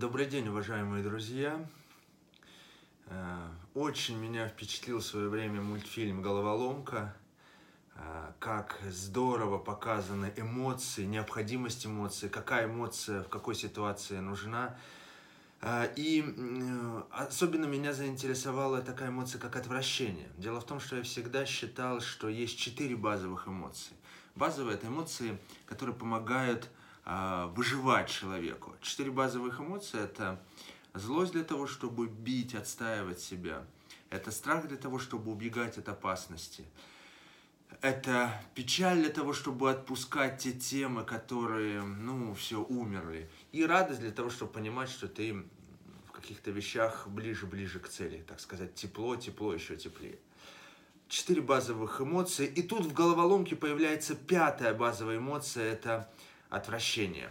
Добрый день, уважаемые друзья. Очень меня впечатлил в свое время мультфильм «Головоломка». Как здорово показаны эмоции, необходимость эмоций, какая эмоция в какой ситуации нужна. И особенно меня заинтересовала такая эмоция, как отвращение. Дело в том, что я всегда считал, что есть 4 базовых эмоции. Базовые – это эмоции, которые помогают выживать человеку. 4 базовых эмоции – это злость для того, чтобы бить, отстаивать себя. Это страх для того, чтобы убегать от опасности. Это печаль для того, чтобы отпускать те темы, которые, все, умерли. И радость для того, чтобы понимать, что ты в каких-то вещах ближе к цели, так сказать, тепло, еще теплее. 4 базовых эмоции. И тут в головоломке появляется 5-я базовая эмоция – это отвращение.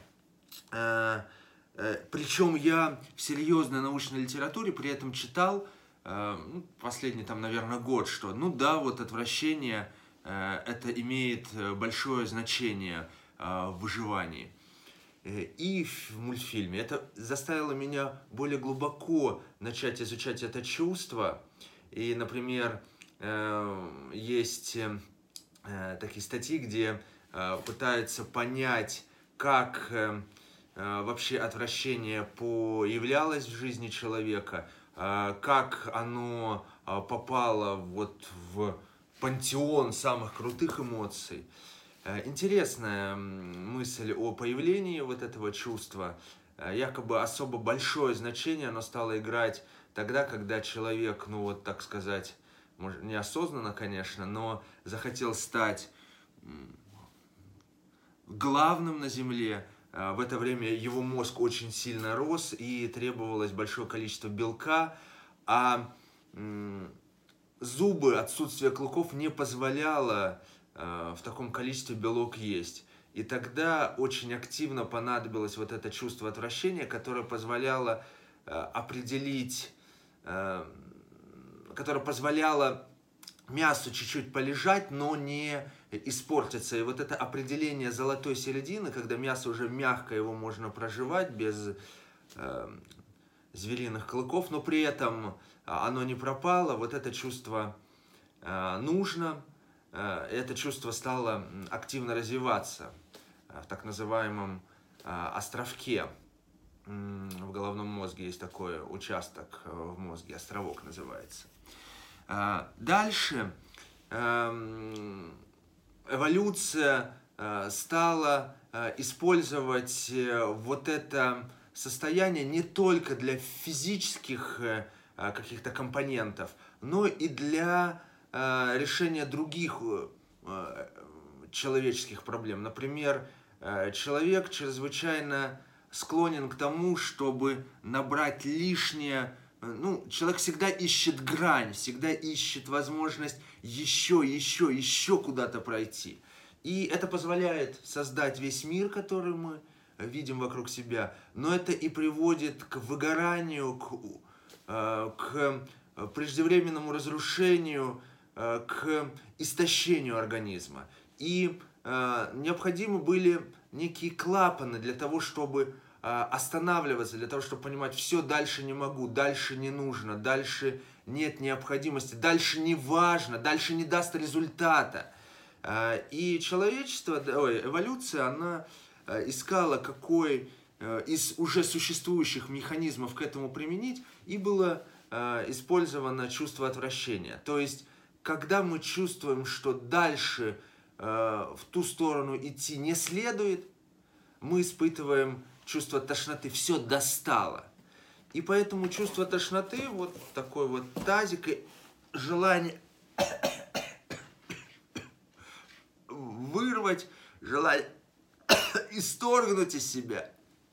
Причем я в серьезной научной литературе при этом читал, последний наверное, год, что, отвращение это имеет большое значение в выживании. И в мультфильме это заставило меня более глубоко начать изучать это чувство. И, например, есть такие статьи, где пытаются понять, как вообще отвращение появлялось в жизни человека, как оно попало в пантеон самых крутых эмоций. Интересная мысль о появлении этого чувства. Якобы особо большое значение оно стало играть тогда, когда человек, так сказать, может, неосознанно, конечно, но захотел стать главным на Земле. В это время его мозг очень сильно рос и требовалось большое количество белка, а зубы, отсутствие клыков не позволяло в таком количестве белок есть. И тогда очень активно понадобилось это чувство отвращения, которое позволяло определить, которое позволяло мясу чуть-чуть полежать, но не испортиться. И это определение золотой середины, когда мясо уже мягко, его можно прожевать без звериных клыков, но при этом оно не пропало, это чувство нужно, это чувство стало активно развиваться в так называемом островке. В головном мозге есть такой участок в мозге, островок называется. Дальше эволюция стала использовать это состояние не только для физических каких-то компонентов, но и для решения других человеческих проблем. Например, человек чрезвычайно склонен к тому, чтобы набрать лишнее. Человек всегда ищет грань, всегда ищет возможность еще куда-то пройти. И это позволяет создать весь мир, который мы видим вокруг себя, но это и приводит к выгоранию, к преждевременному разрушению, к истощению организма. И необходимы были некие клапаны для того, чтобы останавливаться, для того, чтобы понимать, все, дальше не могу, дальше не нужно, дальше нет необходимости, дальше не важно, дальше не даст результата. И эволюция, она искала, какой из уже существующих механизмов к этому применить, и было использовано чувство отвращения. То есть, когда мы чувствуем, что дальше в ту сторону идти не следует, мы испытываем чувство тошноты, все достало. И поэтому чувство тошноты, такой тазик, и желание вырвать, желание исторгнуть из себя,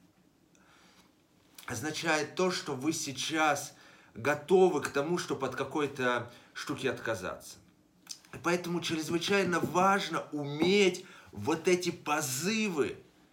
означает то, что вы сейчас готовы к тому, чтобы от какой-то штуки отказаться. И поэтому чрезвычайно важно уметь эти позывы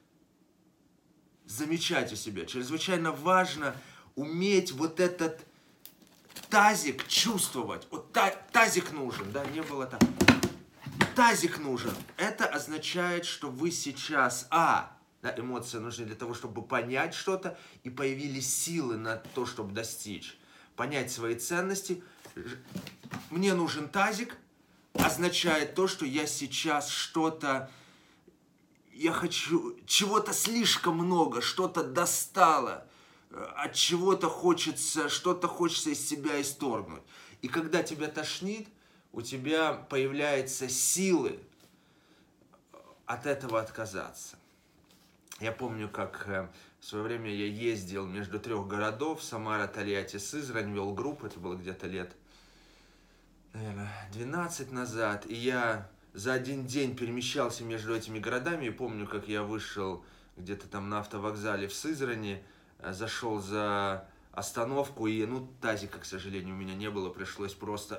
замечать у себя. Чрезвычайно важно уметь этот тазик чувствовать. Тазик нужен, да, не было тазик нужен. Это означает, что вы сейчас, Да, эмоции нужны для того, чтобы понять что-то, и появились силы на то, чтобы достичь. Понять свои ценности. Мне нужен тазик означает то, что я сейчас что-то, я хочу чего-то слишком много, что-то достало, от чего-то хочется, что-то хочется из себя исторгнуть. И когда тебя тошнит, у тебя появляются силы от этого отказаться. Я помню, как в свое время я ездил между 3 городов, Самара, Тольятти, Сызрань, вел группу, это было где-то лет, наверное, 12 назад, и я за один день перемещался между этими городами, и помню, как я вышел где-то там на автовокзале в Сызрани, зашел за остановку, и, ну, тазика, к сожалению, у меня не было, пришлось просто...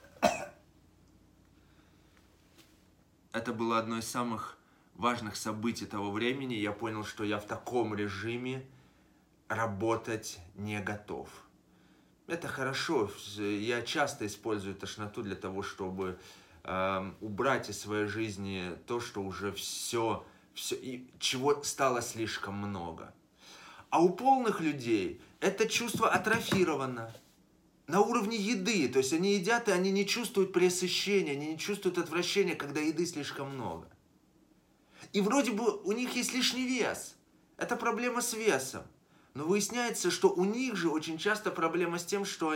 Это было одно из самых важных событий того времени. Я понял, что я в таком режиме работать не готов. Это хорошо. Я часто использую тошноту для того, чтобы убрать из своей жизни то, что уже все, и чего стало слишком много. А у полных людей это чувство атрофировано. На уровне еды, то есть они едят, и они не чувствуют пресыщения, они не чувствуют отвращения, когда еды слишком много. И вроде бы у них есть лишний вес. Это проблема с весом. Но выясняется, что у них же очень часто проблема с тем, что у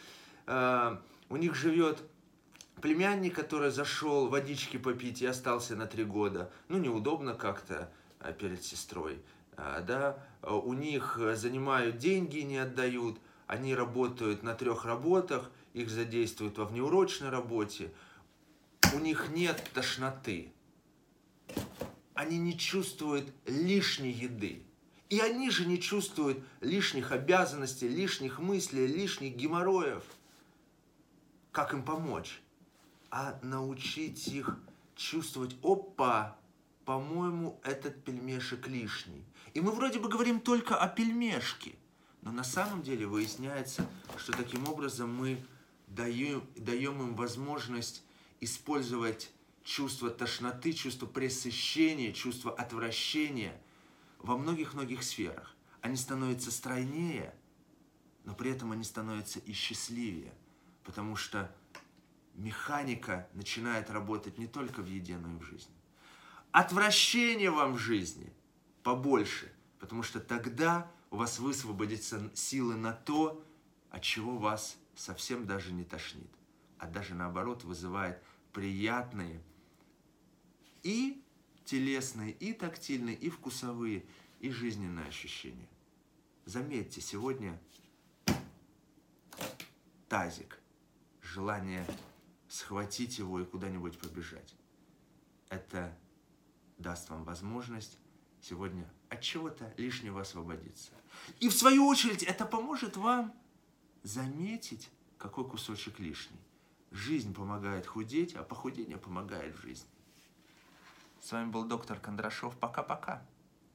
них живет племянник, который зашел водички попить и остался на 3 года. Ну, неудобно как-то перед сестрой. Да? У них занимают деньги, не отдают. Они работают на 3 работах, их задействуют во внеурочной работе. У них нет тошноты. Они не чувствуют лишней еды. И они же не чувствуют лишних обязанностей, лишних мыслей, лишних геморроев. Как им помочь? А научить их чувствовать: опа, по-моему, этот пельмешек лишний. И мы вроде бы говорим только о пельмешке. Но на самом деле выясняется, что таким образом мы даем им возможность использовать чувство тошноты, чувство пресыщения, чувство отвращения во многих-многих сферах. Они становятся стройнее, но при этом они становятся и счастливее, потому что механика начинает работать не только в еде, но и в жизни. Отвращение вам в жизни побольше, потому что тогда у вас высвободятся силы на то, от чего вас совсем даже не тошнит, а даже наоборот вызывает приятные и телесные, и тактильные, и вкусовые, и жизненные ощущения. Заметьте, сегодня тазик, желание схватить его и куда-нибудь побежать. Это даст вам возможность сегодня от чего-то лишнего освободиться. И в свою очередь это поможет вам заметить, какой кусочек лишний. Жизнь помогает худеть, а похудение помогает в жизни. С вами был доктор Кондрашов. Пока-пока.